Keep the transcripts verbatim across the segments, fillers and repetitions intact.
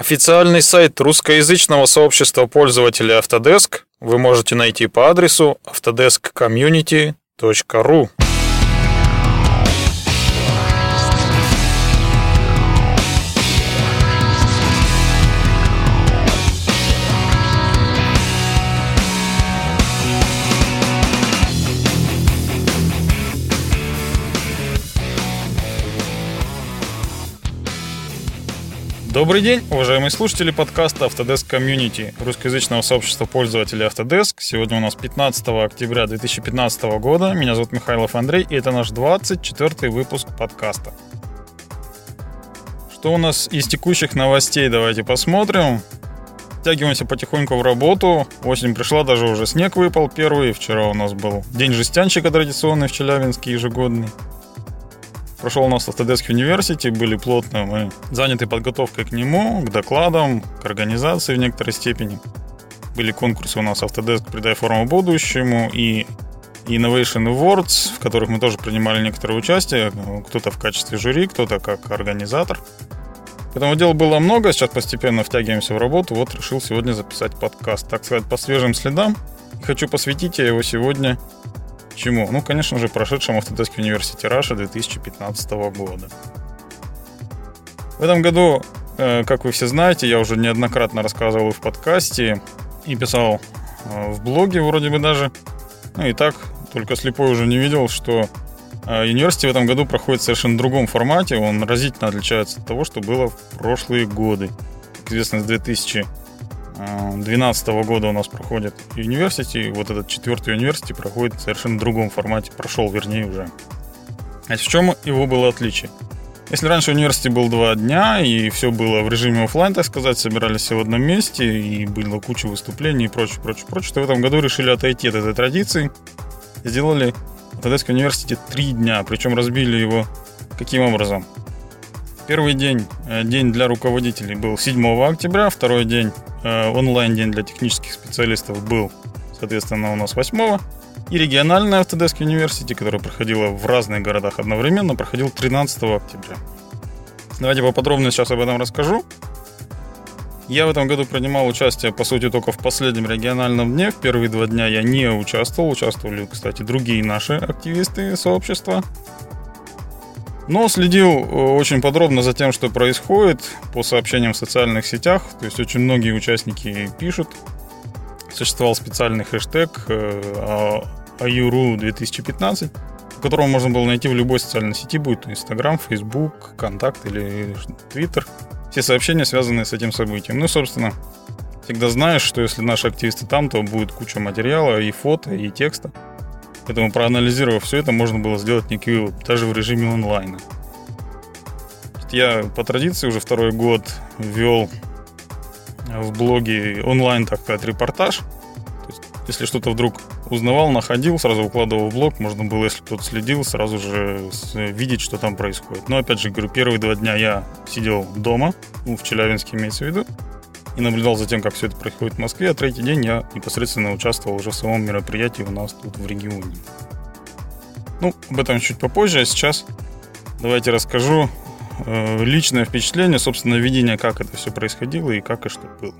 Официальный сайт русскоязычного сообщества пользователей Autodesk вы можете найти по адресу autodesk community точка ru. Добрый день, уважаемые слушатели подкаста Autodesk Community, русскоязычного сообщества пользователей Autodesk. Сегодня у нас пятнадцатого октября две тысячи пятнадцатого года. Меня зовут Михайлов Андрей, и это наш двадцать четвёртый выпуск подкаста. Что у нас из текущих новостей, давайте посмотрим. Втягиваемся потихоньку в работу. Осень пришла, даже уже снег выпал первый. Вчера у нас был день жестянщика традиционный в Челябинске, ежегодный. Прошел у нас Autodesk University, были плотно мы заняты подготовкой к нему, к докладам, к организации в некоторой степени. Были конкурсы у нас Autodesk «Придай форму будущему» и Innovation Awards, в которых мы тоже принимали некоторое участие. Кто-то в качестве жюри, кто-то как организатор. Поэтому дел было много, сейчас постепенно втягиваемся в работу. Вот решил сегодня записать подкаст, так сказать, по свежим следам. И хочу посвятить я его сегодня чему? Ну, конечно же, прошедшему Autodesk University Russia две тысячи пятнадцатого года. В этом году, как вы все знаете, я уже неоднократно рассказывал и в подкасте, и писал в блоге вроде бы даже. Ну и так, только слепой уже не видел, что University в этом году проходит в совершенно другом формате. Он разительно отличается от того, что было в прошлые годы. Как известно, с две тысячи двенадцатого года у нас проходит University. Вот этот четвертый University проходит в совершенно другом формате. Прошел, вернее, уже. Значит, в чем его было отличие? Если раньше University был два дня, и все было в режиме офлайн, так сказать, собирались все в одном месте, и было куча выступлений и прочее, прочее, прочее, то в этом году решили отойти от этой традиции и сделали Autodesk University три дня. Причем разбили его каким образом? Первый день, день для руководителей, был седьмого октября, второй день, онлайн-день для технических специалистов, был, соответственно, у нас восьмого. И региональная Autodesk University, которая проходила в разных городах одновременно, проходил тринадцатого октября. Давайте поподробнее сейчас об этом расскажу. Я в этом году принимал участие, по сути, только в последнем региональном дне. В первые два дня я не участвовал. Участвовали, кстати, другие наши активисты сообщества. Но следил очень подробно за тем, что происходит, по сообщениям в социальных сетях. То есть очень многие участники пишут. Существовал специальный хэштег эй ю ру две тысячи пятнадцать, по которому можно было найти в любой социальной сети, будь то Instagram, Facebook, Контакт или Twitter. Все сообщения, связанные с этим событием. Ну, собственно, всегда знаешь, что если наши активисты там, то будет куча материала, и фото, и текста. Поэтому, проанализировав все это, можно было сделать некий вывод, даже в режиме онлайна. Я по традиции уже второй год вел в блоге онлайн, так сказать, репортаж. То есть, если что-то вдруг узнавал, находил, сразу укладывал в блог. Можно было, если кто-то следил, сразу же видеть, что там происходит. Но, опять же, говорю, первые два дня я сидел дома, ну, в Челябинске имеется в виду, и наблюдал за тем, как все это происходит в Москве, а третий день я непосредственно участвовал уже в самом мероприятии у нас тут в регионе. Ну, об этом чуть попозже, а сейчас давайте расскажу э, личное впечатление, собственно, видение, как это все происходило и как и что было.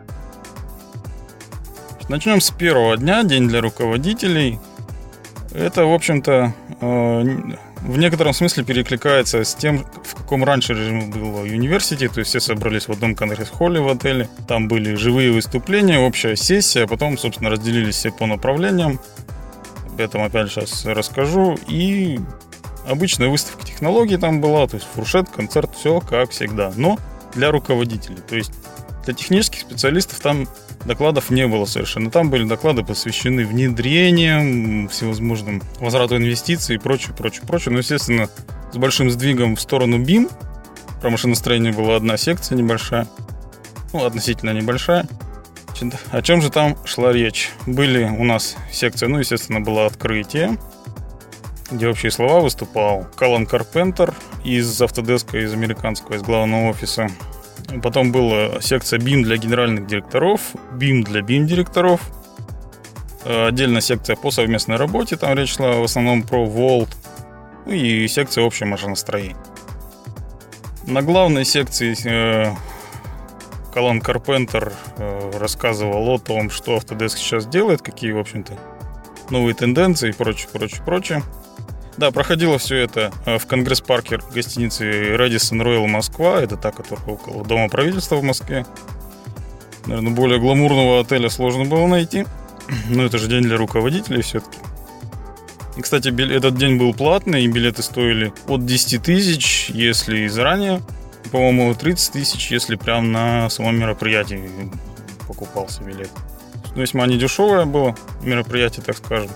Начнем с первого дня, день для руководителей. Это, в общем-то, э, в некотором смысле перекликается с тем, в каком раньше режиме было University. То есть все собрались в одном конгресс-холле в отеле. Там были живые выступления, общая сессия. Потом, собственно, разделились все по направлениям. Об этом опять сейчас расскажу. И обычная выставка технологий там была. То есть фуршет, концерт, все как всегда. Но для руководителей. То есть для технических специалистов там докладов не было совершенно. Там были доклады, посвящены внедрениям, всевозможным возврату инвестиций и прочее, прочее, прочее. Но, естественно, с большим сдвигом в сторону бим. Про машиностроение была одна секция небольшая. Ну, относительно небольшая. О чем же там шла речь? Были у нас секция, ну, естественно, было открытие, где общие слова выступал Каллан Карпентер из Autodesk, из американского, из главного офиса. Потом была секция бим для генеральных директоров, бим для бим-директоров. Отдельная секция по совместной работе, там речь шла в основном про Vault. Ну и секция общее машиностроение. На главной секции Калан Карпентер рассказывал о том, что Autodesk сейчас делает, какие, в общем-то, новые тенденции и прочее, прочее, прочее. Да, проходило все это в Конгресс-парке гостиницы Radisson Royal Москва. Это та, которая около Дома правительства в Москве. Наверное, более гламурного отеля сложно было найти. Но это же день для руководителей все-таки. И, кстати, этот день был платный, и билеты стоили от десять тысяч, если заранее. По-моему, тридцать тысяч, если прям на самом мероприятии покупался билет. Ну, весьма недешевое было мероприятие, так скажем.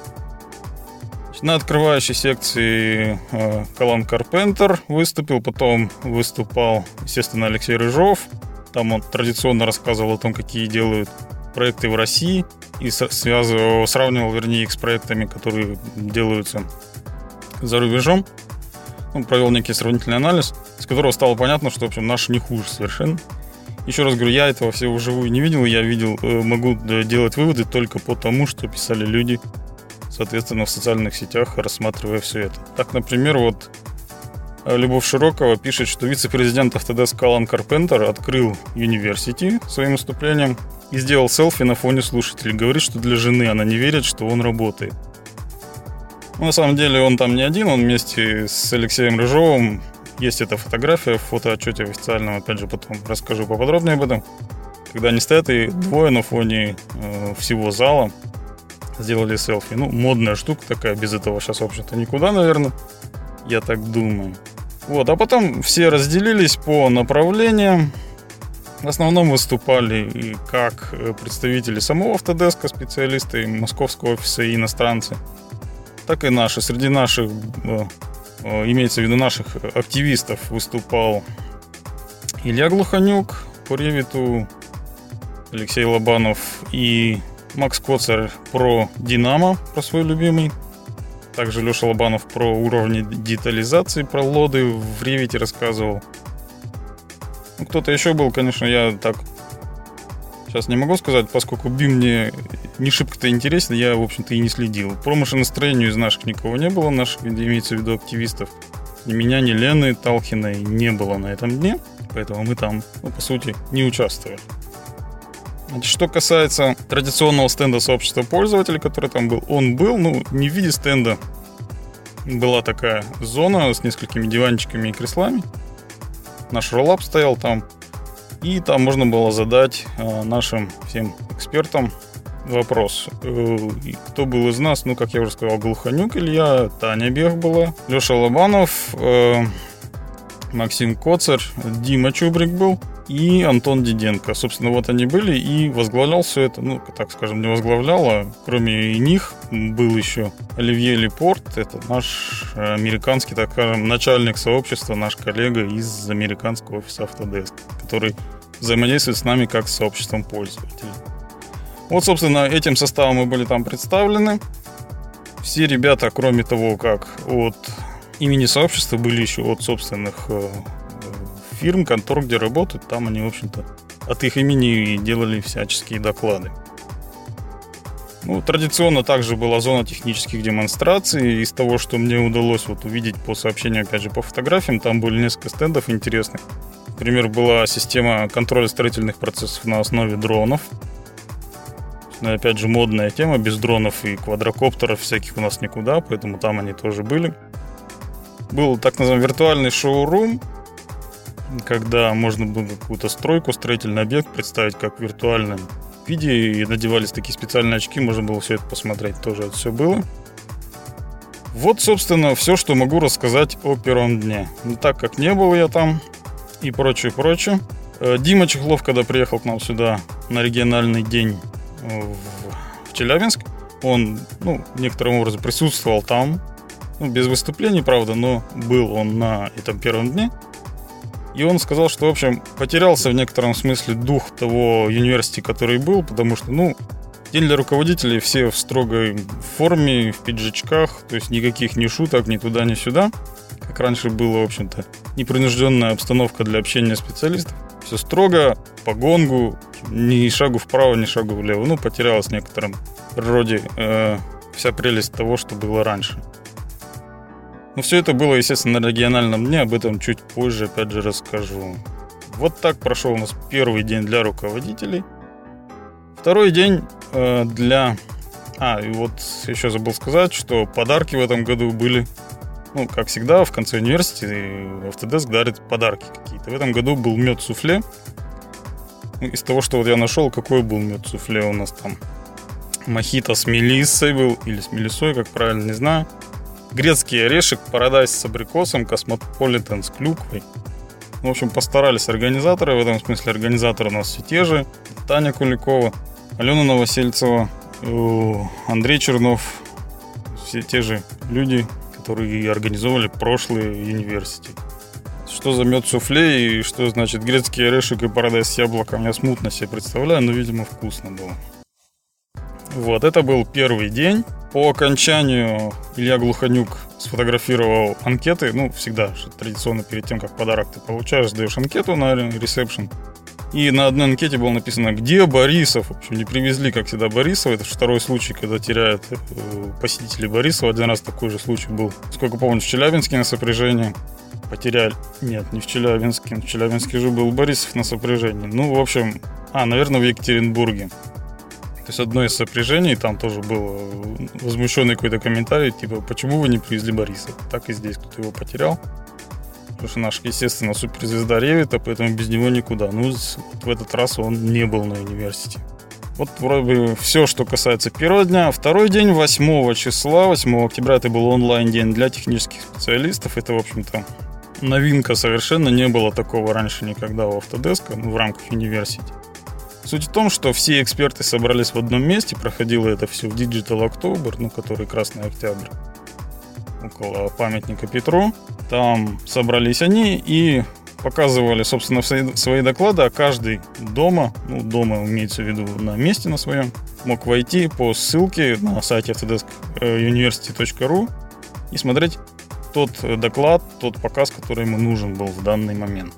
На открывающей секции Калан Карпентер выступил, потом выступал, естественно, Алексей Рыжов. Там он традиционно рассказывал о том, какие делают проекты в России, и связывал, сравнивал, вернее, их с проектами, которые делаются за рубежом. Он провел некий сравнительный анализ, с которого стало понятно, что, в общем, наши не хуже совершенно. Еще раз говорю, я этого всего вживую не видел, я видел, могу делать выводы только по тому, что писали люди, соответственно, в социальных сетях, рассматривая все это. Так, например, вот Любовь Широкова пишет, что вице-президент Autodesk Калан Карпентер открыл University своим выступлением и сделал селфи на фоне слушателей. Говорит, что для жены она не верит, что он работает. Ну, на самом деле он там не один, он вместе с Алексеем Рыжовым. Есть эта фотография в фотоотчете официальном, опять же, потом расскажу поподробнее об этом. Когда они стоят и двое на фоне э, всего зала сделали селфи. Ну, модная штука такая, без этого сейчас, в общем-то, никуда, наверное. Я так думаю. Вот, а потом все разделились по направлениям. В основном выступали и как представители самого Autodesk, специалисты московского офиса и иностранцы, так и наши. Среди наших, имеется в виду наших активистов, выступал Илья Глуханюк по Revit, Алексей Лобанов и Макс Коцарь про Динамо, про свой любимый. Также Леша Лобанов про уровни детализации, про лоды в Revit рассказывал. Ну, кто-то еще был, конечно, я так сейчас не могу сказать, поскольку би ай эм мне не шибко-то интересен, я, в общем-то, и не следил. Про машиностроению из наших никого не было, наших, имеется в виду активистов. Ни меня, ни Лены Талхиной не было на этом дне, поэтому мы там, ну, по сути, не участвовали. Значит, что касается традиционного стенда сообщества пользователей, который там был, он был, ну, не в виде стенда. Была такая зона с несколькими диванчиками и креслами. Наш роллап стоял там. И там можно было задать э, нашим всем экспертам вопрос. Э, кто был из нас? Ну, как я уже сказал, Глуханюк Илья, Таня Бех была, Леша Лобанов, э, Максим Коцарь, Дима Чубрик был и Антон Диденко. Собственно, вот они были, и возглавлял все это, ну, так скажем, не возглавлял, а кроме них был еще Оливье Лепорт, это наш американский, так скажем, начальник сообщества, наш коллега из американского офиса Autodesk, который взаимодействует с нами как с сообществом пользователей. Вот, собственно, этим составом мы были там представлены. Все ребята, кроме того, как от имени сообщества, были еще от собственных фирм, контор, где работают. Там они, в общем-то, от их имени делали всяческие доклады. Ну, традиционно также была зона технических демонстраций. Из того, что мне удалось вот увидеть по сообщениям, опять же, по фотографиям, там были несколько стендов интересных. Например, была система контроля строительных процессов на основе дронов. Ну, опять же, модная тема, без дронов и квадрокоптеров всяких у нас никуда, поэтому там они тоже были. Был так называемый виртуальный шоурум, когда можно было какую-то стройку, строительный объект представить как в виртуальном виде, и надевались такие специальные очки, можно было все это посмотреть, тоже это все было. Вот, собственно, все, что могу рассказать о первом дне. Ну, так как не был я там и прочее, прочее. Дима Чехлов, когда приехал к нам сюда на региональный день в, в Челябинск, он, ну, некоторым образом присутствовал там, ну, без выступлений, правда, но был он на этом первом дне. И он сказал, что, в общем, потерялся в некотором смысле дух того университета, который был, потому что, ну, день для руководителей, все в строгой форме, в пиджачках, то есть никаких ни шуток, ни туда, ни сюда. Как раньше было, в общем-то, непринужденная обстановка для общения специалистов. Все строго, по гонгу, ни шагу вправо, ни шагу влево. Ну, потерялась в некотором роде э, вся прелесть того, что было раньше. Но все это было, естественно, на региональном дне, об этом чуть позже, опять же, расскажу. Вот так прошел у нас первый день для руководителей. Второй день э, для... А, и вот еще забыл сказать, что подарки в этом году были... Ну, как всегда, в конце университета Autodesk дарит подарки какие-то. В этом году был мед-суфле. Из того, что вот я нашел, какой был мед-суфле у нас там. Мохито с мелиссой был, или с мелиссой, как правильно, не знаю. Грецкий орешек, парадайз с абрикосом, космополитен с клюквой. В общем, постарались организаторы. В этом смысле организаторы у нас все те же. Таня Куликова, Алена Новосельцева, Андрей Чернов. Все те же люди, которые организовывали прошлые университеты. Что за мед-суфле и что значит грецкий орешек и парадайз с яблоком, я смутно себе представляю, но, видимо, вкусно было. Вот, это был первый день. По окончанию Илья Глуханюк сфотографировал анкеты. Ну, всегда, традиционно перед тем, как подарок ты получаешь, сдаешь анкету на ресепшн. И на одной анкете было написано, где Борисов. В общем, не привезли, как всегда, Борисова. Это второй случай, когда теряют посетители Борисова. Один раз такой же случай был, сколько помню, в Челябинске на сопряжении. Потеряли. Нет, не в Челябинске. В Челябинске же был Борисов на сопряжении. Ну, в общем... А, наверное, в Екатеринбурге. То есть одно из сопряжений, там тоже был возмущенный какой-то комментарий, типа, почему вы не привезли Борисова? Так и здесь кто-то его потерял. Потому что наш, естественно, суперзвезда Ревита, поэтому без него никуда. Ну, вот в этот раз он не был на университете. Вот вроде бы все, что касается первого дня. Второй день, восьмого числа, восьмого октября, это был онлайн-день для технических специалистов. Это, в общем-то, новинка совершенно. Не было такого раньше никогда у Autodesk, ну, в рамках университета. Суть в том, что все эксперты собрались в одном месте. Проходило это все в Digital October, ну, который Красный Октябрь, около памятника Петру. Там собрались они и показывали, собственно, свои доклады, а каждый дома, ну, дома имеется в виду на месте на своем, мог войти по ссылке на сайте autodesk university точка ру и смотреть тот доклад, тот показ, который ему нужен был в данный момент.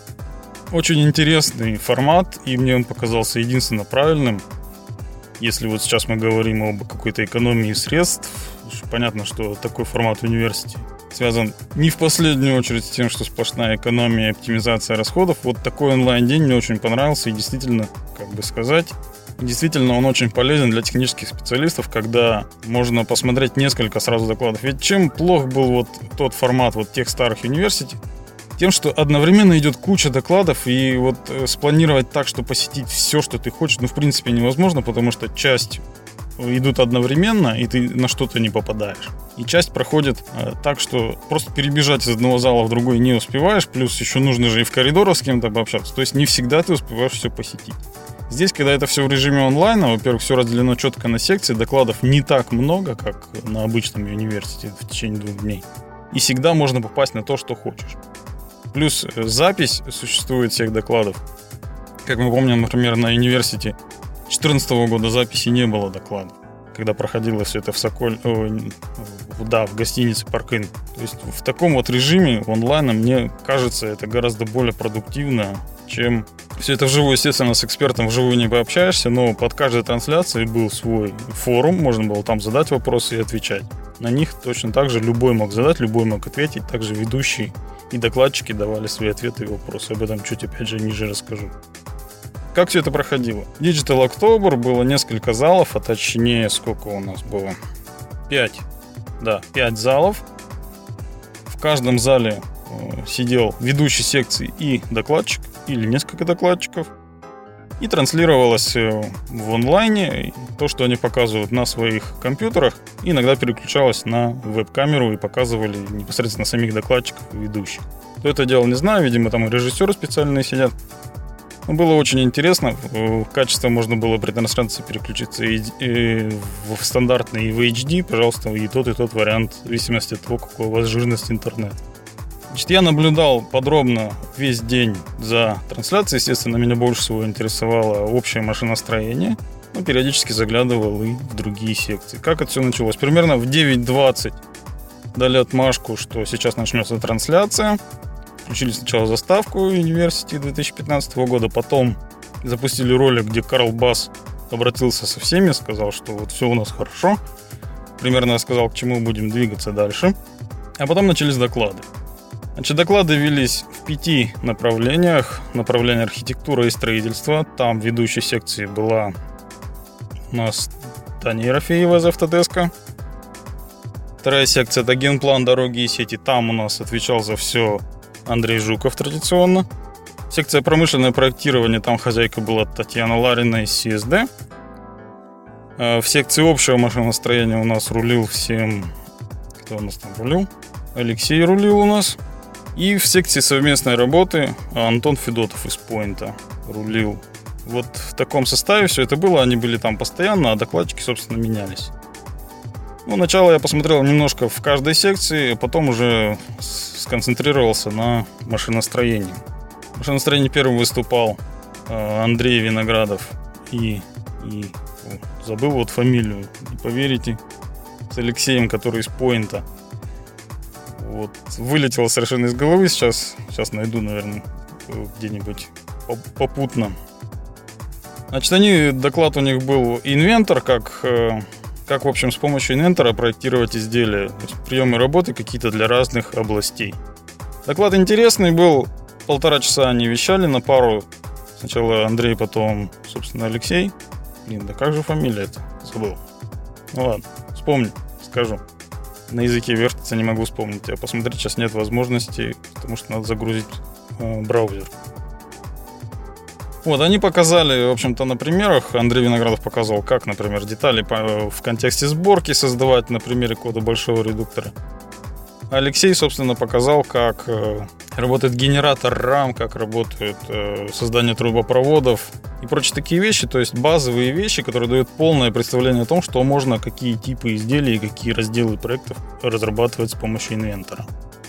Очень интересный формат, и мне он показался единственно правильным. Если вот сейчас мы говорим об какой-то экономии средств, понятно, что такой формат университета связан не в последнюю очередь с тем, что сплошная экономия и оптимизация расходов. Вот такой онлайн-день мне очень понравился, и действительно, как бы сказать, действительно он очень полезен для технических специалистов, когда можно посмотреть несколько сразу докладов. Ведь чем плох был вот тот формат вот тех старых университетов, тем, что одновременно идет куча докладов, и вот спланировать так, что посетить все, что ты хочешь, ну, в принципе, невозможно, потому что часть идут одновременно, и ты на что-то не попадаешь. И часть проходит э, так, что просто перебежать из одного зала в другой не успеваешь, плюс еще нужно же и в коридорах с кем-то пообщаться, то есть не всегда ты успеваешь все посетить. Здесь, когда это все в режиме онлайна, во-первых, все разделено четко на секции, докладов не так много, как на обычном университете в течение двух дней. И всегда можно попасть на то, что хочешь. Плюс запись существует всех докладов. Как мы помним, например, на университете две тысячи четырнадцатого года записи не было докладов, когда проходило все это в Соколь... О, да, в гостинице Парк-Ин. То есть в таком вот режиме онлайна, мне кажется, это гораздо более продуктивно, чем все это вживую. Естественно, с экспертом вживую не пообщаешься, но под каждой трансляцией был свой форум, можно было там задать вопросы и отвечать. На них точно так же любой мог задать, любой мог ответить, также ведущий и докладчики давали свои ответы и вопросы. Об этом чуть опять же ниже расскажу. Как все это проходило? Digital October, было несколько залов, а точнее, сколько у нас было? Пять. Да, пять залов. В каждом зале э, сидел ведущий секции и докладчик, или несколько докладчиков. И транслировалось э, в онлайне то, что они показывают на своих компьютерах. И иногда переключалось на веб-камеру и показывали непосредственно самих докладчиков и ведущих. Кто это делал, не знаю, видимо, там режиссеры специальные сидят. Но было очень интересно. В качестве можно было при трансляции переключиться и, и в стандартный и в эйч ди, пожалуйста, и тот, и тот вариант, в зависимости от того, какой у вас жирность интернета. Значит, я наблюдал подробно весь день за трансляцией. Естественно, меня больше всего интересовало общее машиностроение. Но периодически заглядывал и в другие секции. Как это все началось? Примерно в девять двадцать дали отмашку, что сейчас начнется трансляция. Включили сначала заставку университета две тысячи пятнадцатого года, потом запустили ролик, где Карл Басс обратился со всеми, сказал, что вот все у нас хорошо. Примерно я сказал, к чему будем двигаться дальше. А потом начались доклады. Значит, доклады велись в пяти направлениях. Направление архитектура и строительство. Там ведущей секцией была у нас Таня Ерофеева из Автодеска. Вторая секция — это генплан дороги и сети. Там у нас отвечал за все Андрей Жуков традиционно. Секция промышленное проектирование. Там хозяйка была Татьяна Ларина из си эс ди. В секции общего машиностроения у нас рулил всем... Кто у нас там рулил? Алексей рулил у нас. И в секции совместной работы Антон Федотов из Поинта рулил. Вот в таком составе все это было. Они были там постоянно, а докладчики, собственно, менялись. Ну, сначала я посмотрел немножко в каждой секции, а потом уже сконцентрировался на машиностроении. В машиностроении первым выступал Андрей Виноградов и, и о, забыл вот фамилию, не поверите, с Алексеем, который из Поинта. Вот, вылетело совершенно из головы сейчас. Сейчас найду, наверное, где-нибудь попутно. Значит, они, доклад у них был инвентор, как, как, в общем, с помощью инвентора проектировать изделия. То есть приемы работы какие-то для разных областей. Доклад интересный был. Полтора часа они вещали на пару. Сначала Андрей, потом, собственно, Алексей. Блин, да как же фамилия-то? Забыл. Ну ладно, вспомню, скажу. На языке вертится, не могу вспомнить. А посмотреть сейчас нет возможности, потому что надо загрузить э, браузер. Вот, они показали, в общем-то, на примерах. Андрей Виноградов показал, как, например, детали по, в контексте сборки создавать на примере кода большого редуктора. Алексей, собственно, показал, как э, работает генератор рам, как работает э, создание трубопроводов и прочие такие вещи, то есть базовые вещи, которые дают полное представление о том, что можно, какие типы изделий и какие разделы проектов разрабатывать с помощью инвентора.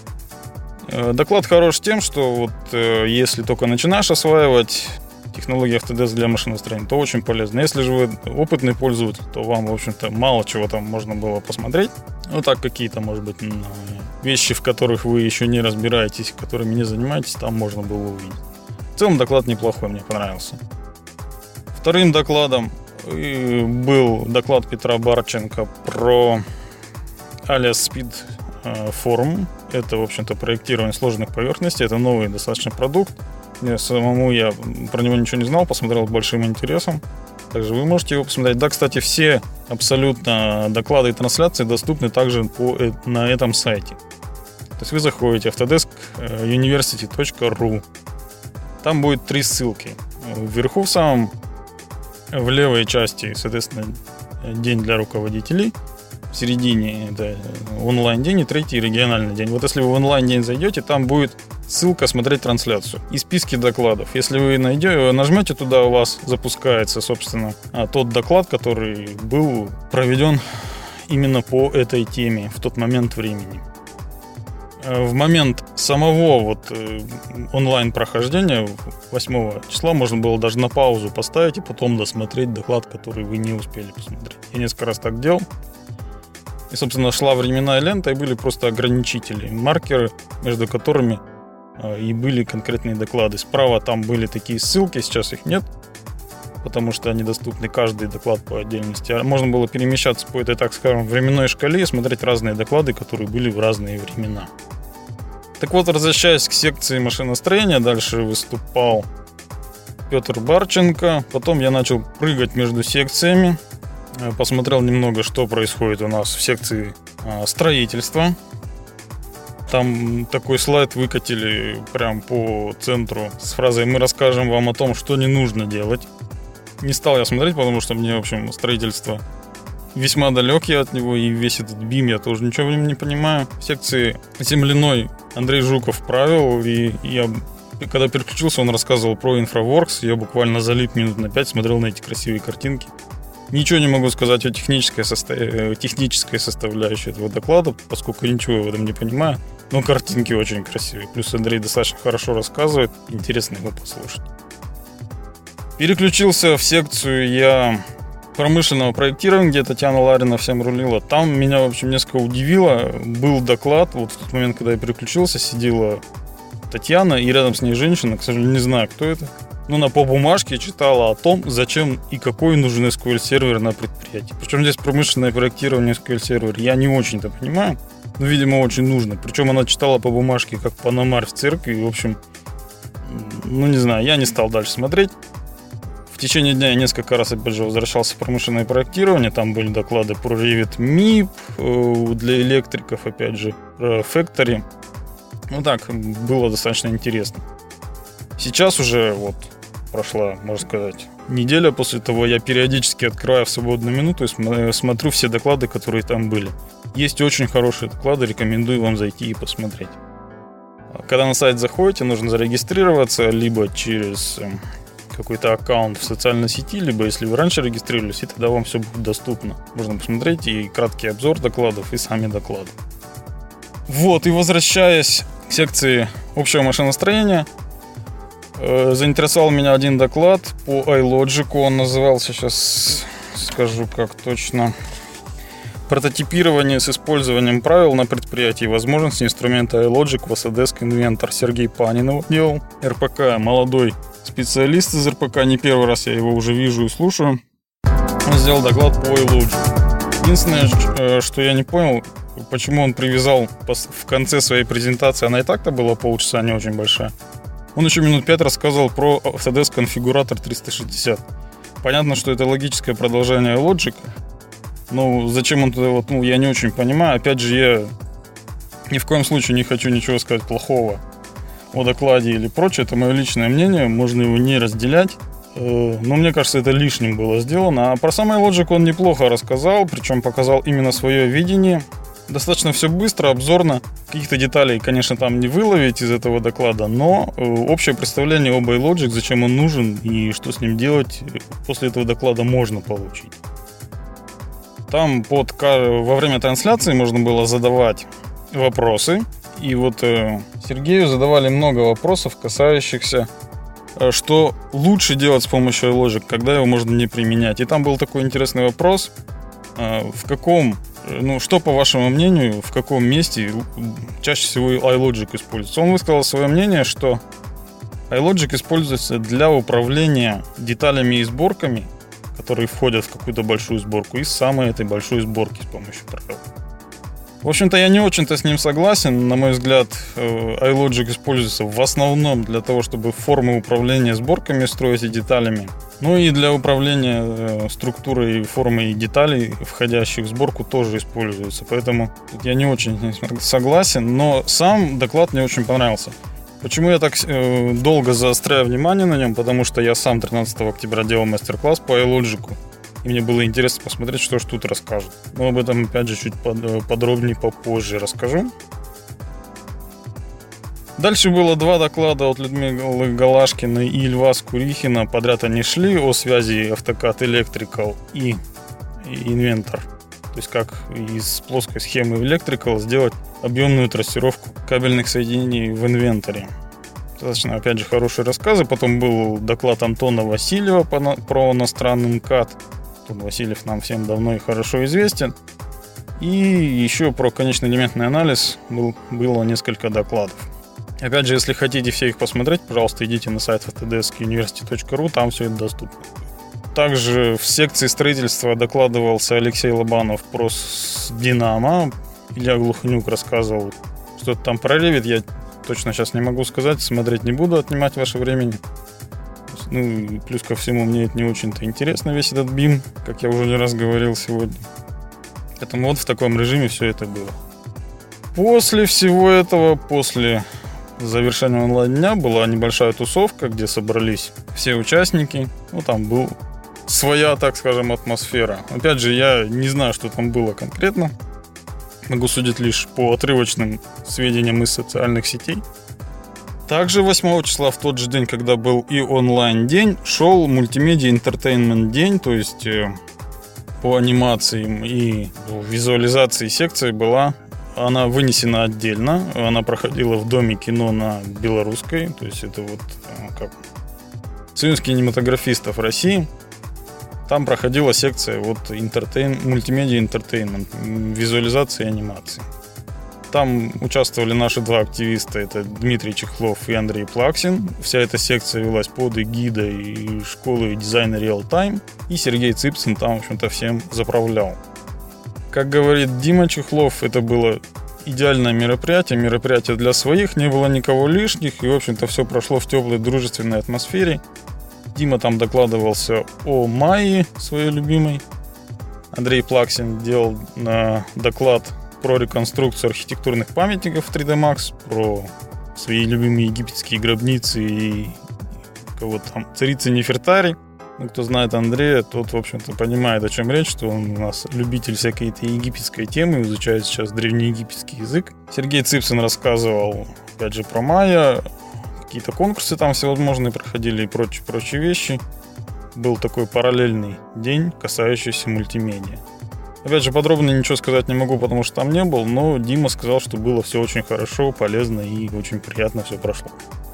Э, доклад хорош тем, что вот э, если только начинаешь осваивать технологии Autodesk для машиностроения, то очень полезно. Если же вы опытный пользователь, то вам, в общем-то, мало чего там можно было посмотреть. Ну так, какие-то, может быть, вещи, в которых вы еще не разбираетесь, которыми не занимаетесь, там можно было увидеть. В целом доклад неплохой, мне понравился. Вторым докладом был доклад Петра Барченко про Alias Speed Forum. Это, в общем-то, проектирование сложных поверхностей. Это новый достаточно продукт. Я самому я про него ничего не знал, посмотрел с большим интересом. Также вы можете его посмотреть. Да, кстати, все абсолютно доклады и трансляции доступны также по, на этом сайте. То есть вы заходите autodesk university точка ru. Там будет три ссылки. Вверху в самом, в левой части, соответственно, день для руководителей. В середине это онлайн-день и третий региональный день. Вот если вы в онлайн-день зайдете, там будет ссылка «Смотреть трансляцию» и списки докладов. Если вы найдете, нажмете туда, у вас запускается, собственно, тот доклад, который был проведен именно по этой теме в тот момент времени. В момент самого вот онлайн-прохождения восьмого числа можно было даже на паузу поставить и потом досмотреть доклад, который вы не успели посмотреть. Я несколько раз так делал. И, собственно, шла временная лента, и были просто ограничители, маркеры, между которыми и были конкретные доклады. Справа там были такие ссылки, сейчас их нет, потому что они доступны, каждый доклад по отдельности. Можно было перемещаться по этой, так скажем, временной шкале и смотреть разные доклады, которые были в разные времена. Так вот, возвращаясь к секции машиностроения, дальше выступал Петр Барченко. Потом я начал прыгать между секциями. Посмотрел немного, что происходит у нас в секции строительства. Там такой слайд выкатили прям по центру с фразой «Мы расскажем вам о том, что не нужно делать». Не стал я смотреть, потому что мне, в общем, строительство весьма далек я от него, и весь этот бим я тоже ничего в нем не понимаю. В секции земляной Андрей Жуков правил, и я, когда переключился, он рассказывал про InfraWorks. Я буквально залип минут на пять, смотрел на эти красивые картинки. Ничего не могу сказать о технической, состав... технической составляющей этого доклада, поскольку ничего в этом не понимаю. Но картинки очень красивые. Плюс Андрей достаточно хорошо рассказывает. Интересно его послушать. Переключился в секцию я промышленного проектирования, где Татьяна Ларина всем рулила. Там меня, в общем, несколько удивило. Был доклад. Вот в тот момент, когда я переключился, сидела Татьяна, и рядом с ней женщина. К сожалению, не знаю, кто это. Но она по бумажке читала о том, зачем и какой нужен эс ку эль сервер на предприятии. Причем здесь промышленное проектирование эс ку эль сервер я не очень-то понимаю. ну, видимо, очень нужно. Причем она читала по бумажке, как Пономарь в церкви. В общем, ну, не знаю, я не стал дальше смотреть. В течение дня я несколько раз, опять же, возвращался в промышленное проектирование. Там были доклады про Revit эм и пи, для электриков, опять же, про Factory. Ну так, было достаточно интересно. Сейчас уже вот прошла, можно сказать, неделя после того, я периодически открываю в свободную минуту и смотрю все доклады, которые там были. Есть очень хорошие доклады, рекомендую вам зайти и посмотреть. Когда на сайт заходите, нужно зарегистрироваться либо через какой-то аккаунт в социальной сети, либо если вы раньше регистрировались, и тогда вам все будет доступно. Можно посмотреть и краткий обзор докладов, и сами доклады. Вот, и возвращаясь к секции общего машиностроения, э, заинтересовал меня один доклад по iLogic. Он назывался, сейчас скажу как точно, «Прототипирование с использованием правил на предприятии. Возможности инструмента iLogic в Autodesk Inventor». Сергей Панин его делал. эр пэ ка, молодой специалист из эр пэ ка. Не первый раз я его уже вижу и слушаю. Он сделал доклад по iLogic. Единственное, что я не понял, почему он привязал в конце своей презентации, она и так-то была полчаса, не очень большая. Он еще минут пять рассказывал про Autodesk конфигуратор триста шестьдесят. Понятно, что это логическое продолжение iLogic. Но зачем он туда, вот, ну, я не очень понимаю. Опять же, я ни в коем случае не хочу ничего сказать плохого о докладе или прочее. Это мое личное мнение, можно его не разделять. Но мне кажется, это лишним было сделано. А про сам iLogic он неплохо рассказал, причем показал именно свое видение. Достаточно все быстро, обзорно. Каких-то деталей, конечно, там не выловить из этого доклада, но общее представление об iLogic, зачем он нужен и что с ним делать, после этого доклада можно получить. Там под, во время трансляции можно было задавать вопросы. И вот э, Сергею задавали много вопросов, касающихся, э, что лучше делать с помощью iLogic, когда его можно не применять. И там был такой интересный вопрос, э, в каком, ну, что, по вашему мнению, в каком месте чаще всего iLogic используется. Он высказал свое мнение, что iLogic используется для управления деталями и сборками, которые входят в какую-то большую сборку, из самой этой большой сборки с помощью правил. В общем-то, я не очень-то с ним согласен. На мой взгляд, iLogic используется в основном для того, чтобы формы управления сборками строить и деталями. Ну и для управления структурой, формой деталей, входящих в сборку, тоже используется. Поэтому я не очень согласен, но сам доклад мне очень понравился. Почему я так э, долго заостряю внимание на нем? Потому что я сам тринадцатого октября делал мастер-класс по iLogic. И мне было интересно посмотреть, что ж тут расскажут. Но об этом, опять же, чуть под, подробнее попозже расскажу. Дальше было два доклада от Людмилы Галашкиной и Льва Скурихина. Подряд они шли о связи AutoCAD Electrical и Inventor. То есть как из плоской схемы Electrical сделать объемную трассировку кабельных соединений в инвенторе. Достаточно, опять же, хорошие рассказы. Потом был доклад Антона Васильева про иностранный МКАД. Антон Васильев нам всем давно и хорошо известен. И еще про конечноэлементный анализ был, было несколько докладов. Опять же, если хотите все их посмотреть, пожалуйста, идите на сайт autodesk university точка ру, там все это доступно. Также в секции строительства докладывался Алексей Лобанов про Динамо. Илья Глуханюк рассказывал что-то там про Revit. Я точно сейчас не могу сказать, смотреть не буду, отнимать ваше времени. Ну и плюс ко всему, мне это не очень-то интересно, весь этот бим, как я уже не раз говорил сегодня. Поэтому вот в таком режиме все это было. После всего этого, после завершения онлайн-дня, была небольшая тусовка, где собрались все участники. Ну, там была своя, так скажем, атмосфера. Опять же, я не знаю, что там было конкретно. Могу судить лишь по отрывочным сведениям из социальных сетей. Также восьмого числа, в тот же день, когда был и онлайн-день, шел мультимедиа интертейнмент день, то есть э, по анимациям и визуализации секции была, она вынесена отдельно, она проходила в Доме кино на Белорусской, то есть это вот как Союз кинематографистов России. Там проходила секция вот интертейн, мультимедиа интертейнмент, визуализации и анимации. Там участвовали наши два активиста, это Дмитрий Чехлов и Андрей Плаксин. Вся эта секция велась под эгидой школы дизайна Real Time. И Сергей Цыпцин там, в общем-то, всем заправлял. Как говорит Дима Чехлов, это было идеальное мероприятие, мероприятие для своих, не было никого лишних, и, в общем-то, все прошло в теплой, дружественной атмосфере. Дима там докладывался о Майе, своей любимой. Андрей Плаксин делал э, доклад про реконструкцию архитектурных памятников в три дэ Max, про свои любимые египетские гробницы и кого там, царицы Нефертари. Ну, кто знает Андрея, тот, в общем-то, понимает, о чем речь, что он у нас любитель всякой этой египетской темы, изучает сейчас древнеегипетский язык. Сергей Цыпсин рассказывал, опять же, про майя, какие-то конкурсы там всевозможные проходили и прочие-прочие вещи. Был такой параллельный день, касающийся мультимедиа. Опять же, подробно ничего сказать не могу, потому что там не был, но Дима сказал, что было все очень хорошо, полезно и очень приятно все прошло.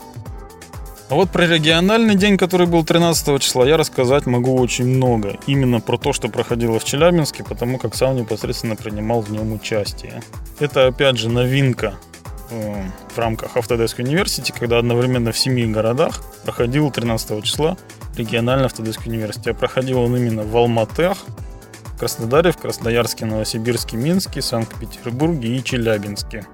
А вот про региональный день, который был тринадцатого числа, я рассказать могу очень много. Именно про то, что проходило в Челябинске, потому как сам непосредственно принимал в нем участие. Это, опять же, новинка э, в рамках Autodesk University, когда одновременно в семи городах проходил тринадцатого числа региональный Autodesk University. А проходил он именно в Алматах, в Краснодаре, в Красноярске, Новосибирске, Минске, Санкт-Петербурге и Челябинске.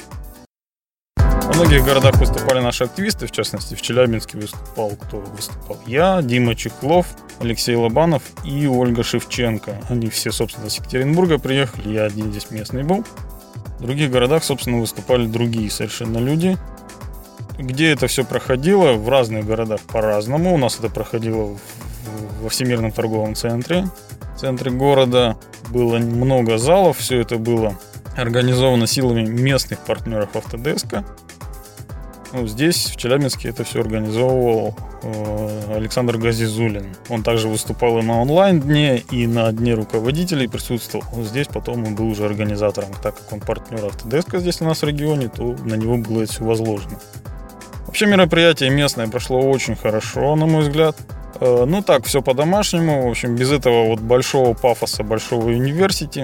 В многих городах выступали наши активисты, в частности, в Челябинске выступал, кто выступал? Я, Дима Чехлов, Алексей Лобанов и Ольга Шевченко. Они все, собственно, с Екатеринбурга приехали, я один здесь местный был. В других городах, собственно, выступали другие совершенно люди. Где это все проходило? В разных городах по-разному. У нас это проходило во Всемирном торговом центре. В центре города было много залов, все это было организовано силами местных партнеров Autodesk. Ну, здесь, в Челябинске, это все организовывал э, Александр Газизулин. Он также выступал и на онлайн-дне, и на дне руководителей присутствовал. Вот здесь потом он был уже организатором. Так как он партнер Autodesk здесь у нас в регионе, то на него было это все возложено. Вообще мероприятие местное прошло очень хорошо, на мой взгляд. Э, ну так, все по-домашнему. В общем, без этого вот большого пафоса, большого университи.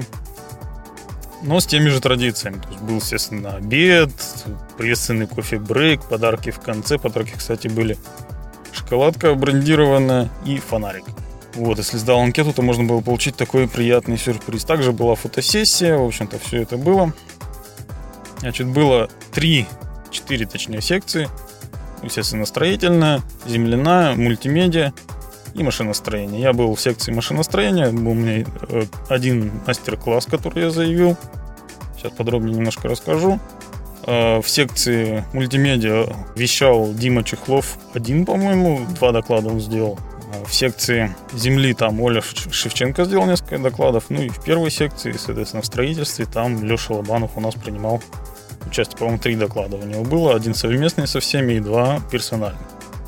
Но с теми же традициями. То есть был, естественно, обед, приветственный кофе-брейк, подарки в конце. Подарки, кстати, были шоколадка брендированная и фонарик. Вот, если сдал анкету, то можно было получить такой приятный сюрприз. Также была фотосессия, в общем-то, все это было. Значит, было три, четыре, точнее, секции. Естественно, строительная, земляная, мультимедиа и машиностроение. Я был в секции машиностроения, был у меня один мастер-класс, который я заявил. Сейчас подробнее немножко расскажу. В секции мультимедиа вещал Дима Чехлов один, по-моему, два доклада он сделал. В секции земли там Оля Шевченко сделал несколько докладов. Ну и в первой секции, соответственно, в строительстве, там Леша Лобанов у нас принимал участие. По-моему, три доклада у него было. Один совместный со всеми и два персональных.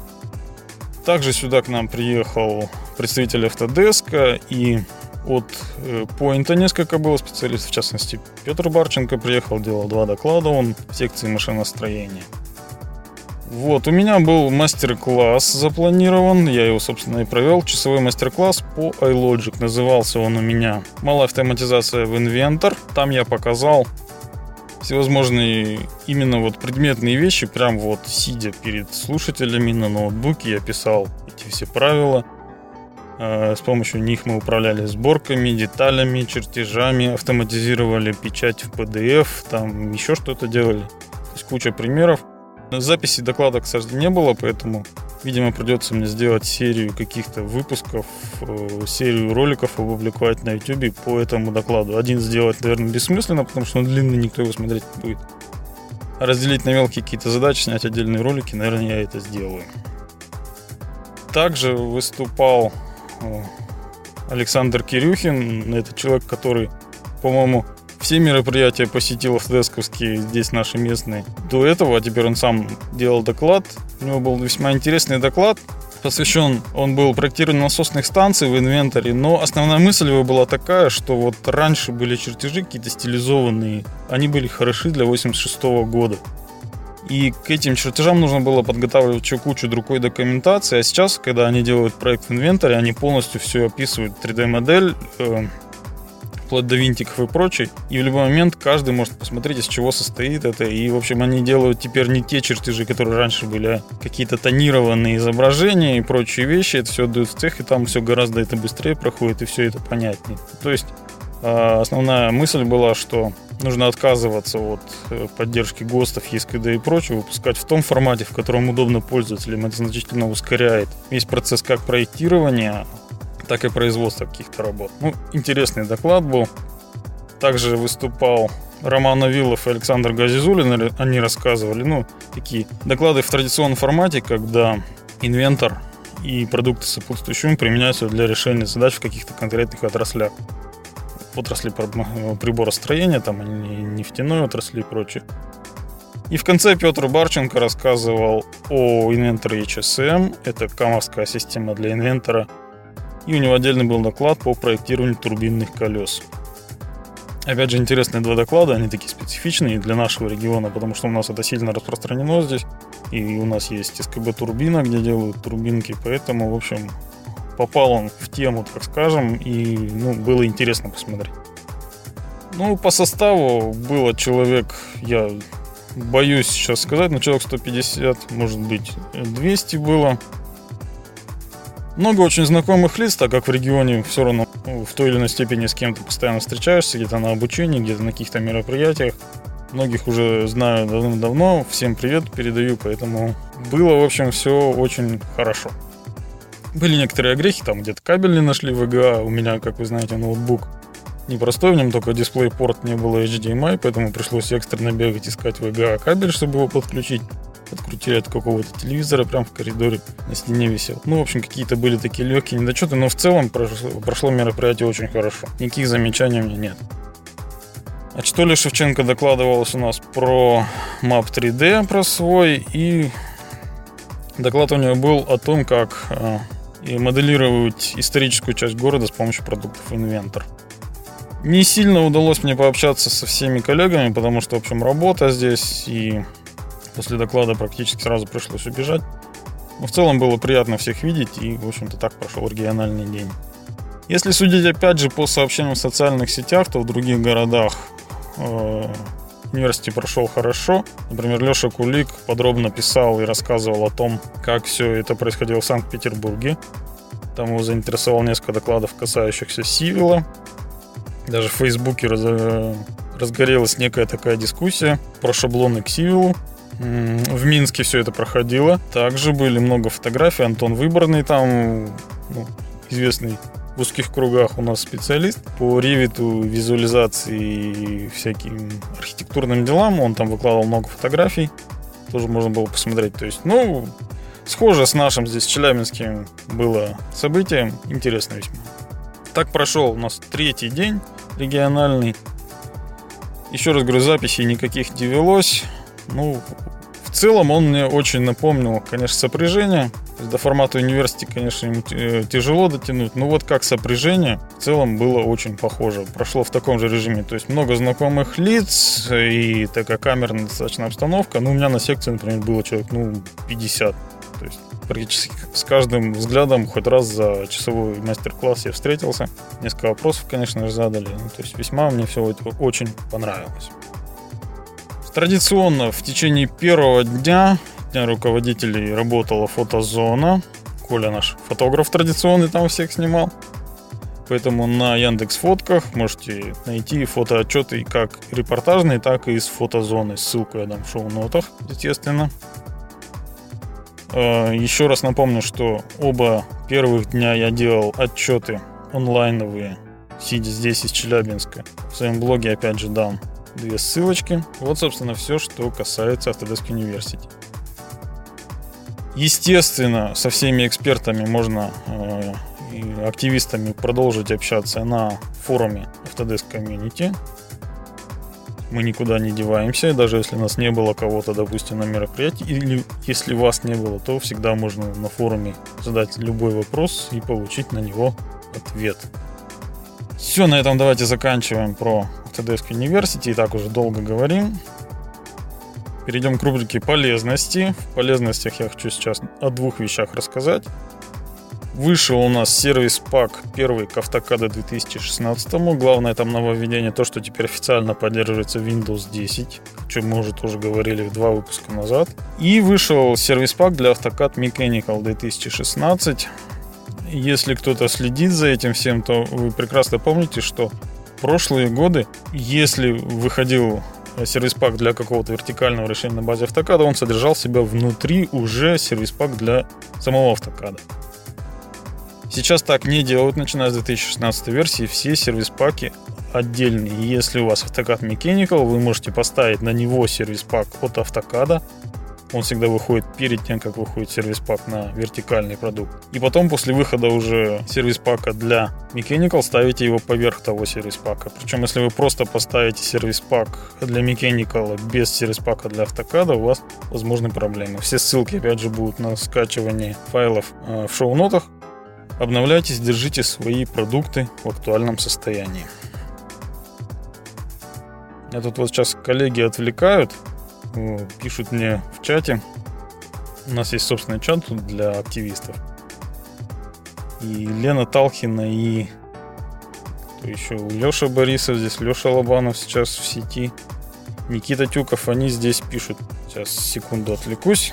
Также сюда к нам приехал представитель Autodesk, и от Point несколько было специалистов, в частности, Петр Барченко приехал, делал два доклада, он в секции машиностроения. Вот, у меня был мастер-класс запланирован, я его, собственно, и провел, часовой мастер-класс по iLogic, назывался он у меня «Малая автоматизация в Inventor». Там я показал всевозможные именно вот предметные вещи, прям вот сидя перед слушателями на ноутбуке, я писал эти все правила. С помощью них мы управляли сборками, деталями, чертежами, автоматизировали печать в пи ди эф, там еще что-то делали. То есть куча примеров. Записи доклада, кстати, не было, поэтому, видимо, придется мне сделать серию каких-то выпусков, серию роликов опубликовать на YouTube по этому докладу. Один сделать, наверное, бессмысленно, потому что он длинный, никто его смотреть не будет. А разделить на мелкие какие-то задачи, снять отдельные ролики, наверное, я это сделаю. Также выступал Александр Кирюхин, это человек, который, по-моему, все мероприятия посетил автодесковские, здесь наши местные. До этого, а теперь он сам делал доклад. У него был весьма интересный доклад, посвящен, он был проектированию насосных станций в инвентаре, но основная мысль его была такая, что вот раньше были чертежи какие-то стилизованные, они были хороши для восемьдесят шестого года. И к этим чертежам нужно было подготавливать еще кучу другой документации, а сейчас, когда они делают проект в инвентаре, они полностью все описывают, три дэ-модель, э, вплоть до винтиков и прочее, и в любой момент каждый может посмотреть, из чего состоит это, и, в общем, они делают теперь не те чертежи, которые раньше были, а какие-то тонированные изображения и прочие вещи, это все отдают в цех, и там все гораздо это быстрее проходит, и все это понятнее. То есть, основная мысль была, что нужно отказываться от поддержки ГОСТов, ЕСКД и прочего, выпускать в том формате, в котором удобно пользователям. Это значительно ускоряет весь процесс как проектирования, так и производства каких-то работ. Ну, интересный доклад был. Также выступал Роман Авилов и Александр Газизулин. Они рассказывали, ну, такие доклады в традиционном формате, когда инвентор и продукты сопутствующие применяются для решения задач в каких-то конкретных отраслях. Отрасли приборостроения, там, нефтяной отрасли и прочее. И в конце Петр Барченко рассказывал о инвенторе эйч эс эм. Это камовская система для инвентора. И у него отдельный был доклад по проектированию турбинных колес. Опять же, интересные два доклада, они такие специфичные для нашего региона, потому что у нас это сильно распространено здесь. И у нас есть СКБ-турбина, где делают турбинки, поэтому, в общем, попал он в тему, так скажем, и, ну, было интересно посмотреть. Ну, по составу было человек, я боюсь сейчас сказать, но человек сто пятьдесят, может быть, двести было. Много очень знакомых лиц, так как в регионе все равно в той или иной степени с кем-то постоянно встречаешься, где-то на обучении, где-то на каких-то мероприятиях. Многих уже знаю давно-давно, всем привет передаю, поэтому было, в общем, все очень хорошо. Были некоторые огрехи, там где-то кабель не нашли ви джи эй, у меня, как вы знаете, ноутбук непростой, в нем только дисплей-порт, не было эйч ди эм ай, поэтому пришлось экстренно бегать, искать ви джи эй кабель, чтобы его подключить. Открутили от какого-то телевизора, прям в коридоре на стене висел. Ну, в общем, какие-то были такие легкие недочеты, но в целом прошло, прошло мероприятие очень хорошо. Никаких замечаний у меня нет. А что ли Шевченко докладывалось у нас про Map три дэ, про свой, и доклад у него был о том, как э, моделировать историческую часть города с помощью продуктов Inventor. Не сильно удалось мне пообщаться со всеми коллегами, потому что, в общем, работа здесь, и после доклада практически сразу пришлось убежать. Но в целом было приятно всех видеть, и, в общем-то, так прошел региональный день. Если судить, опять же, по сообщениям в социальных сетях, то в других городах э, университет прошел хорошо. Например, Леша Кулик подробно писал и рассказывал о том, как все это происходило в Санкт-Петербурге. Там его заинтересовало несколько докладов, касающихся Сивила. Даже в Фейсбуке раз, разгорелась некая такая дискуссия про шаблоны к Сивилу. В Минске все это проходило. Также были много фотографий. Антон Выборный там, ну, известный в узких кругах у нас специалист по ревиту, визуализации и всяким архитектурным делам. Он там выкладывал много фотографий. Тоже можно было посмотреть. То есть, ну, схоже с нашим здесь челябинским было событием. Интересно весьма. Так прошел у нас третий день региональный. Еще раз говорю, записей никаких не велось. Ну, в целом он мне очень напомнил, конечно, сопряжение. До формата университета, конечно, ему тяжело дотянуть. Но вот как сопряжение в целом было очень похоже. Прошло в таком же режиме. То есть много знакомых лиц и такая камерная достаточно обстановка. Ну, у меня на секции, например, было человек, ну, пятьдесят. То есть практически с каждым взглядом хоть раз за часовой мастер-класс я встретился. Несколько вопросов, конечно же, задали. Ну, то есть весьма мне все это очень понравилось. Традиционно в течение первого дня, дня руководителей, работала фотозона. Коля наш фотограф традиционный там всех снимал. Поэтому на Яндекс.Фотках можете найти фотоотчеты как репортажные, так и из фотозоны. Ссылку я дам в шоу-нотах, естественно. Еще раз напомню, что оба первых дня я делал отчеты онлайновые, сидя здесь из Челябинска. В своем блоге опять же дам две ссылочки. Вот, собственно, все, что касается Autodesk University. Естественно, со всеми экспертами можно э, и активистами продолжить общаться на форуме Autodesk Community. Мы никуда не деваемся, даже если нас не было кого-то, допустим, на мероприятии, или если вас не было, то всегда можно на форуме задать любой вопрос и получить на него ответ. Все, на этом давайте заканчиваем про Autodesk University, и так уже долго говорим. Перейдем к рубрике полезности. В полезностях я хочу сейчас о двух вещах рассказать. Вышел у нас сервис пак первый к автокад две тысячи шестнадцатому. Главное там нововведение то, что теперь официально поддерживается Windows десять, о чем мы уже тоже говорили два выпуска назад. И вышел сервис пак для автокад Mechanical две тысячи шестнадцать. Если кто-то следит за этим всем, то вы прекрасно помните, что прошлые годы, если выходил сервис-пак для какого-то вертикального решения на базе автокада, он содержал в себя внутри уже сервис-пак для самого автокада. Сейчас так не делают, начиная с две тысячи шестнадцатой версии, все сервис-паки отдельные. Если у вас автокад Mechanical, вы можете поставить на него сервис-пак от автокада. Он всегда выходит перед тем, как выходит сервис-пак на вертикальный продукт. И потом, после выхода уже сервис-пака для Mechanical, ставите его поверх того сервис-пака. Причем, если вы просто поставите сервис-пак для Mechanical без сервис-пака для автокада, у вас возможны проблемы. Все ссылки, опять же, будут на скачивание файлов э, в шоу-нотах. Обновляйтесь, держите свои продукты в актуальном состоянии. Я тут вот сейчас коллеги отвлекают, пишут мне в чате. У нас есть собственный чат тут для активистов. И Лена Талхина, и кто еще? Леша Борисов здесь, Леша Лобанов сейчас в сети, Никита Тюков, они здесь пишут. Сейчас, секунду, отвлекусь.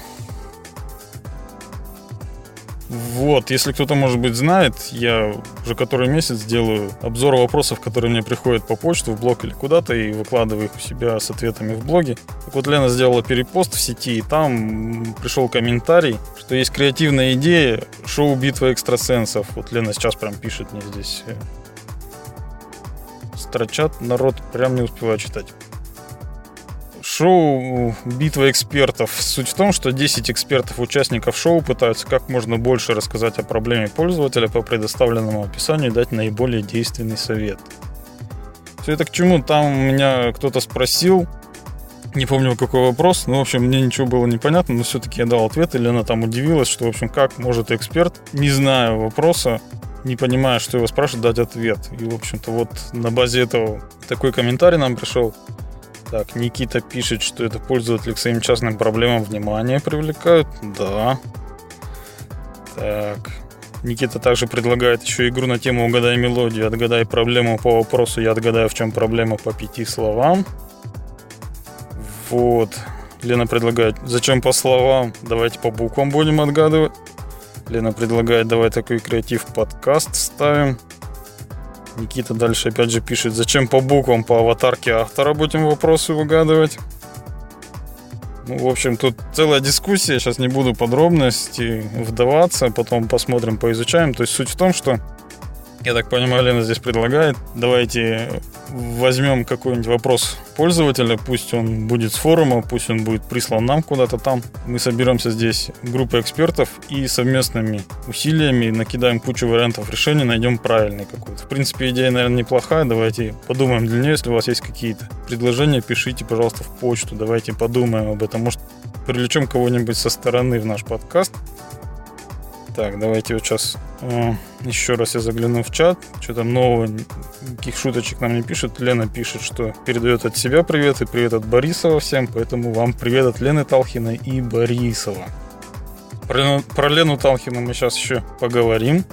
Вот, если кто-то, может быть, знает, я уже который месяц делаю обзор вопросов, которые мне приходят по почту, в блог или куда-то, и выкладываю их у себя с ответами в блоге. Так вот, Лена сделала перепост в сети, и там пришел комментарий, что есть креативная идея шоу «Битва экстрасенсов». Вот Лена сейчас прям пишет мне здесь. Строчат, народ прям не успеваю читать. Шоу «Битва экспертов». Суть в том, что десять экспертов-участников шоу пытаются как можно больше рассказать о проблеме пользователя по предоставленному описанию и дать наиболее действенный совет. Все это к чему? Там у меня кто-то спросил, не помню какой вопрос, но, в общем, мне ничего было непонятно, но все-таки я дал ответ, и Лена там удивилась, что, в общем, как может эксперт, не зная вопроса, не понимая, что его спрашивают, дать ответ. И, в общем-то, вот на базе этого такой комментарий нам пришел. Так, Никита пишет, что это пользователи к своим частным проблемам внимание привлекают. Да. Так. Никита также предлагает еще игру на тему «Угадай мелодию». Отгадай проблему по вопросу, я отгадаю, в чем проблема по пяти словам. Вот. Лена предлагает, зачем по словам? Давайте по буквам будем отгадывать. Лена предлагает, давай такой креатив подкаст ставим. Никита дальше опять же пишет, зачем по буквам, по аватарке автора будем вопросы выгадывать. Ну, в общем, тут целая дискуссия, сейчас не буду подробности вдаваться, потом посмотрим, поизучаем. То есть суть в том, что, я так понимаю, Лена здесь предлагает, давайте возьмем какой-нибудь вопрос пользователя, пусть он будет с форума, пусть он будет прислан нам куда-то там. Мы соберемся здесь группой экспертов и совместными усилиями накидаем кучу вариантов решения, найдем правильный какой-то. В принципе, идея, наверное, неплохая. Давайте подумаем для нее. Если у вас есть какие-то предложения, пишите, пожалуйста, в почту. Давайте подумаем об этом. Может, привлечем кого-нибудь со стороны в наш подкаст. Так, давайте вот сейчас э, еще раз я загляну в чат. Что-то нового, никаких шуточек нам не пишет. Лена пишет, что передает от себя привет и привет от Борисова всем. Поэтому вам привет от Лены Талхиной и Борисова. Про Лену, про Лену Талхину мы сейчас еще поговорим.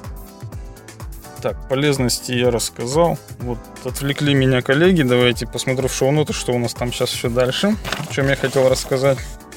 Так, полезности я рассказал. Вот отвлекли меня коллеги. Давайте посмотрю в шоу-ноты, что у нас там сейчас еще дальше. О чем я хотел рассказать.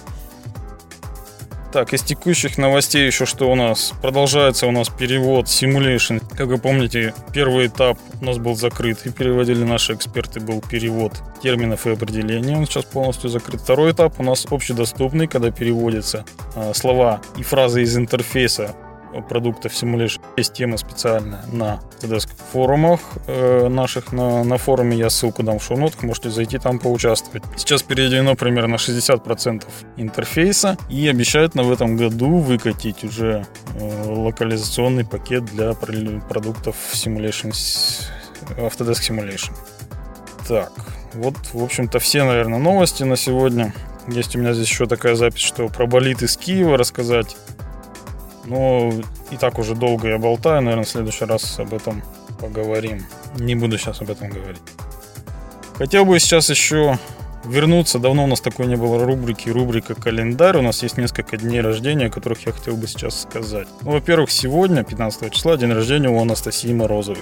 Так, из текущих новостей еще что у нас? Продолжается у нас перевод Simulation. Как вы помните, первый этап у нас был закрыт, и переводили наши эксперты, был перевод терминов и определений. Он сейчас полностью закрыт. Второй этап у нас общедоступный, когда переводятся э, слова и фразы из интерфейса продуктов Simulation. Есть тема специальная на Autodesk форумах э, наших. На, на форуме я ссылку дам в шоу-нотах, можете зайти там поучаствовать. Сейчас переведено примерно шестьдесят процентов интерфейса, и обещают на в этом году выкатить уже э, локализационный пакет для продуктов Simulation, Autodesk Simulation. Так, вот, в общем-то, все, наверное, новости на сегодня. Есть у меня здесь еще такая запись, что про болид из Киева рассказать. Но и так уже долго я болтаю, наверное, в следующий раз об этом поговорим. Не буду сейчас об этом говорить. Хотел бы сейчас еще вернуться. Давно у нас такой не было рубрики, рубрика «Календарь». У нас есть несколько дней рождения, о которых я хотел бы сейчас сказать. Ну, во-первых, сегодня, пятнадцатого числа, день рождения у Анастасии Морозовой.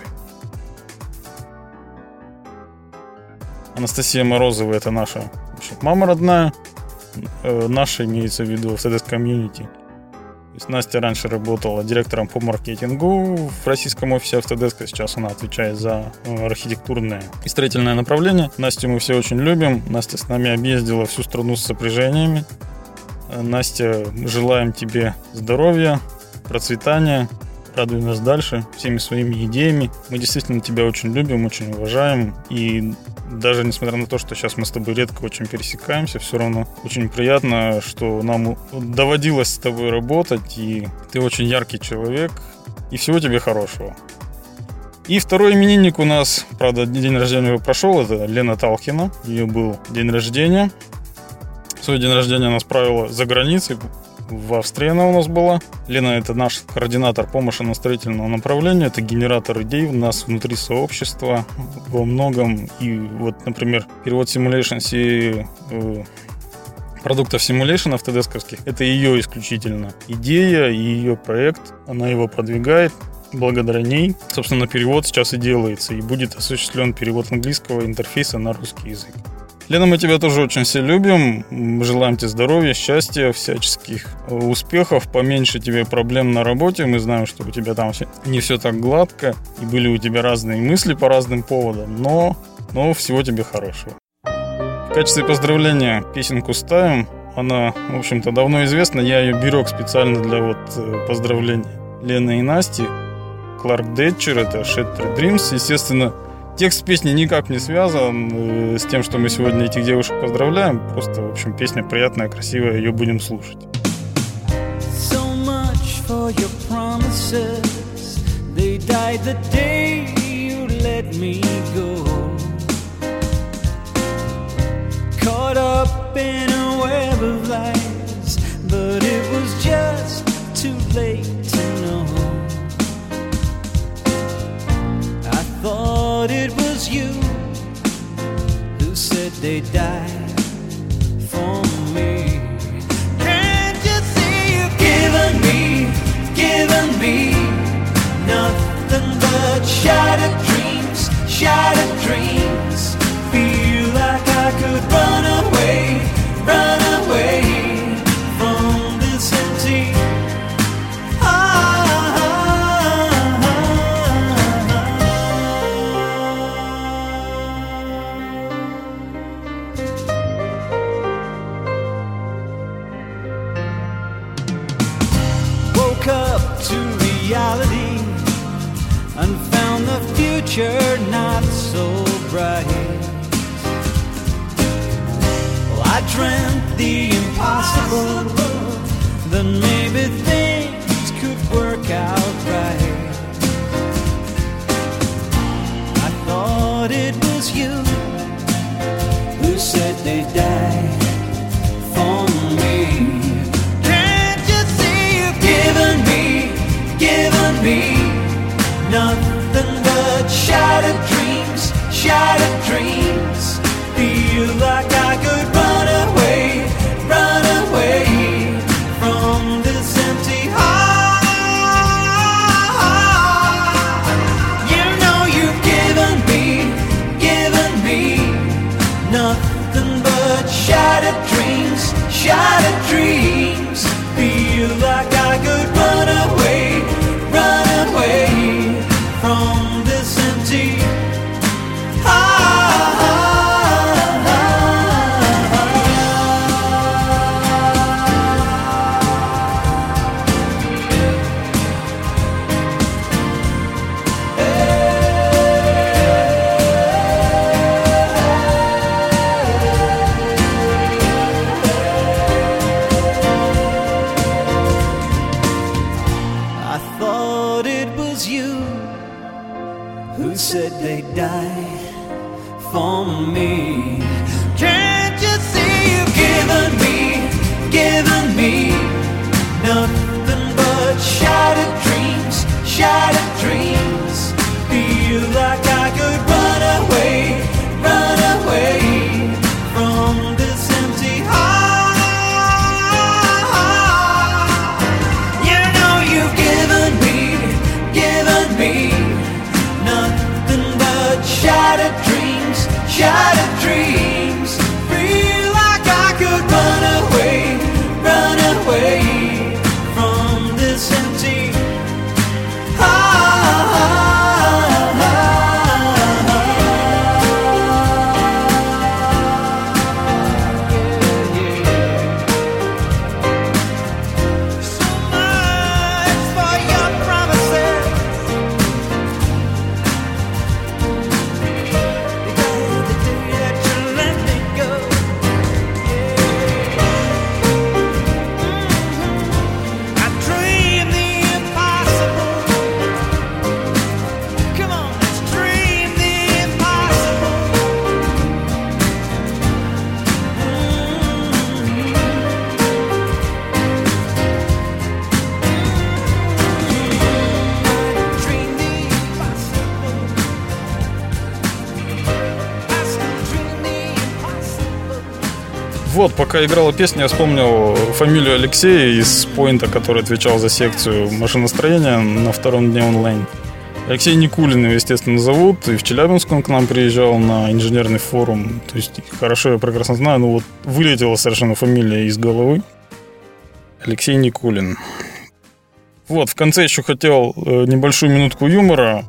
Анастасия Морозова — это наша мама родная. Наша имеется в виду в Autodesk Community. То есть Настя раньше работала директором по маркетингу в российском офисе Autodesk, сейчас она отвечает за архитектурное и строительное направление. Настю мы все очень любим. Настя с нами объездила всю страну с сопряжениями. Настя, желаем тебе здоровья, процветания. Радуй нас дальше всеми своими идеями. Мы действительно тебя очень любим, очень уважаем. И даже несмотря на то, что сейчас мы с тобой редко очень пересекаемся, все равно очень приятно, что нам доводилось с тобой работать. И ты очень яркий человек. И всего тебе хорошего. И второй именинник у нас, правда, день рождения уже прошел, это Лена Талхина. Ее был день рождения. Свой день рождения она справила за границей. В Австрии она у нас была. Лена — это наш координатор по машиностроительному направлению. Это генератор идей у нас внутри сообщества во многом. И вот, например, перевод Simulations и э, продуктов Simulation автодесковских — это ее исключительно идея и ее проект. Она его продвигает. Благодаря ней, собственно, перевод сейчас и делается. И будет осуществлен перевод английского интерфейса на русский язык. Лена, мы тебя тоже очень все любим. Желаем тебе здоровья, счастья, всяческих успехов, поменьше тебе проблем на работе. Мы знаем, что у тебя там не все так гладко, и были у тебя разные мысли по разным поводам, но, но всего тебе хорошего. В качестве поздравления песенку ставим. Она, в общем-то, давно известна. Я ее берег специально для вот поздравлений Лены и Насти. Кларк Детчер, это Shattered Dreams. Естественно, текст песни никак не связан с тем, что мы сегодня этих девушек поздравляем. Просто, в общем, песня приятная, красивая, ее будем слушать. So much for your promises. They died the day you let me go. Caught up in a web of lies, but it was just too late to know. I thought it was you who said they'd die for me. Can't you see you've given me, given me nothing but shattered dreams, shattered dreams. Feel like I could run away, run away from this empty up to reality and found the future not so bright. Well, I dreamt the impossible, then maybe things could work out right. I thought it was you who said they'd die for me. Given me, given me nothing but shattered dreams, shattered dreams. Feel like I could run away, run away from this empty heart. You know you've given me, given me nothing but shattered dreams, shattered dreams. Feel like I could run away, run away from this empty heart. Said they'd die for me. Can't you see you've given me, given me nothing but shattered dreams, shattered dreams. Feel like I could run away, run away from this empty heart. You know you've given me, given me nothing but shattered dreams, shattered dreams. Feel like I could run away, run away from Вот, пока играла песня, я вспомнил фамилию Алексея из Пойнта, который отвечал за секцию машиностроения на втором дне онлайн. Алексей Никулин его, естественно, зовут, и в Челябинск он к нам приезжал на инженерный форум. То есть хорошо, я прекрасно знаю, но вот вылетела совершенно фамилия из головы. Алексей Никулин. Вот, в конце еще хотел небольшую минутку юмора.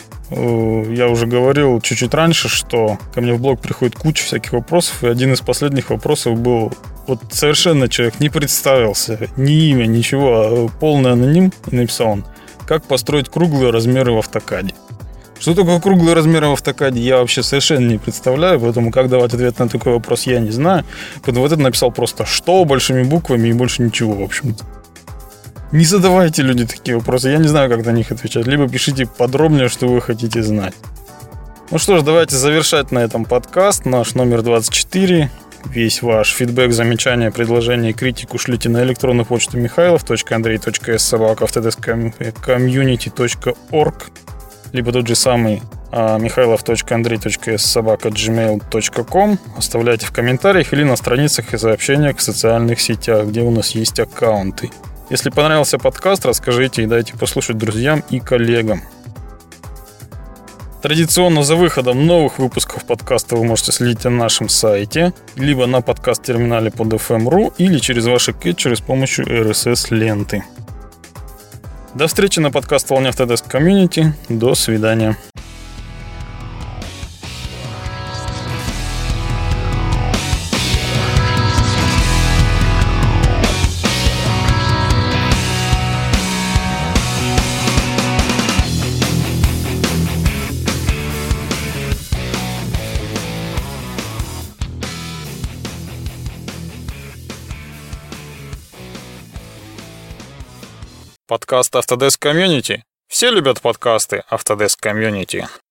Я уже говорил чуть-чуть раньше, что ко мне в блог приходит куча всяких вопросов, и один из последних вопросов был: вот совершенно человек не представился, ни имя, ничего, а полный аноним, и написал он: как построить круглые размеры в автокаде. Что такое круглые размеры в автокаде, я вообще совершенно не представляю, поэтому как давать ответ на такой вопрос я не знаю. Поэтому вот это написал просто «что» большими буквами и больше ничего, в общем-то. Не задавайте, люди, такие вопросы, я не знаю, как на них отвечать. Либо пишите подробнее, что вы хотите знать. Ну что ж, давайте завершать на этом подкаст, наш номер двадцать четыре. Весь ваш фидбэк, замечания, предложения и критику шлите на электронную почту михайлов точка андрей точка эс собака автодеск комьюнити точка орг, либо тот же самый михайлов точка андрей точка эс собака джимейл точка ком. Оставляйте в комментариях или на страницах и сообщениях в социальных сетях, где у нас есть аккаунты. Если понравился подкаст, расскажите и дайте послушать друзьям и коллегам. Традиционно за выходом новых выпусков подкаста вы можете следить на нашем сайте, либо на подкаст-терминале под эф эм точка ру, или через ваши кетчеры с помощью эр эс эс-ленты. До встречи на подкаст-волне Autodesk Community. До свидания. Подкаст Autodesk Community. Все любят подкасты Autodesk Community.